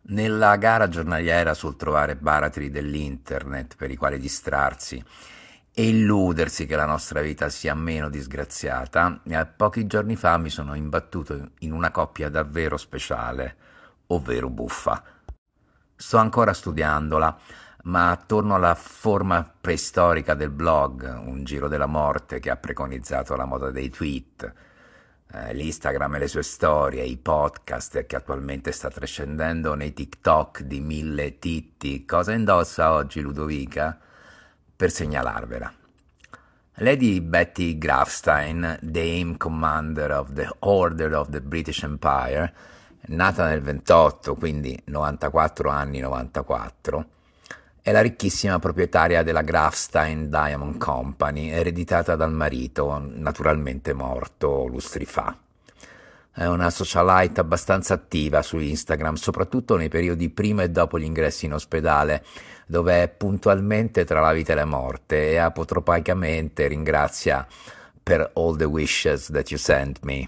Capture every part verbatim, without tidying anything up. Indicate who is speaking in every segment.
Speaker 1: Nella gara giornaliera sul trovare baratri dell'internet per i quali distrarsi e illudersi che la nostra vita sia meno disgraziata, eh, pochi giorni fa mi sono imbattuto in una coppia davvero speciale, ovvero buffa. Sto ancora studiandola, ma attorno alla forma preistorica del blog, un giro della morte che ha preconizzato la moda dei tweet, eh, l'Instagram e le sue storie, i podcast e che attualmente sta trascendendo nei TikTok di mille titti. Cosa indossa oggi Ludovica? Per segnalarvela. Lady Betty Grafstein, Dame Commander of the Order of the British Empire, nata nel ventotto, quindi novantaquattro anni novantaquattro, è la ricchissima proprietaria della Grafstein Diamond Company, ereditata dal marito, naturalmente morto lustri fa. È una socialite abbastanza attiva su Instagram, soprattutto nei periodi prima e dopo gli ingressi in ospedale, dove è puntualmente tra la vita e la morte e apotropaicamente ringrazia per all the wishes that you sent me.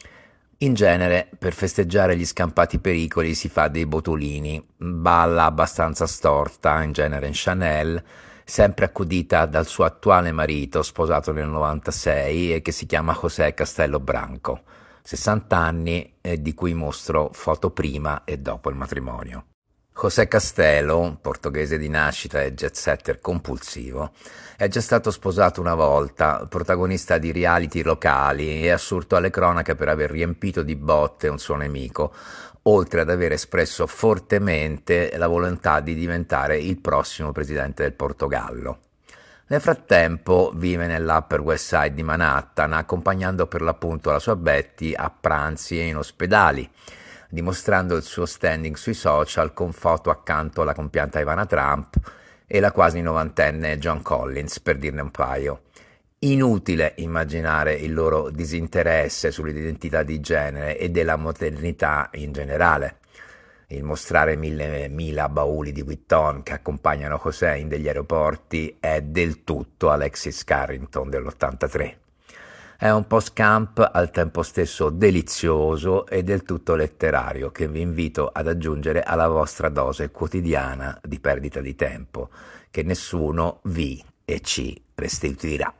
Speaker 1: In genere, per festeggiare gli scampati pericoli si fa dei botulini, balla abbastanza storta, in genere in Chanel, sempre accudita dal suo attuale marito, sposato nel novantasei e che si chiama José Castello Branco, sessanta anni e di cui mostro foto prima e dopo il matrimonio. José Castello, portoghese di nascita e jet setter compulsivo, è già stato sposato una volta, protagonista di reality locali e assurdo alle cronache per aver riempito di botte un suo nemico, oltre ad aver espresso fortemente la volontà di diventare il prossimo presidente del Portogallo. Nel frattempo vive nell'Upper West Side di Manhattan, accompagnando per l'appunto la sua Betty a pranzi e in ospedali, dimostrando il suo standing sui social con foto accanto alla compianta Ivana Trump e la quasi novantenne John Collins, per dirne un paio. Inutile immaginare il loro disinteresse sull'identità di genere e della modernità in generale. Il mostrare mille mila bauli di Vuitton che accompagnano José in degli aeroporti è del tutto Alexis Carrington dell'ottantatré. È un po' scamp, al tempo stesso delizioso e del tutto letterario, che vi invito ad aggiungere alla vostra dose quotidiana di perdita di tempo, che nessuno vi e ci restituirà.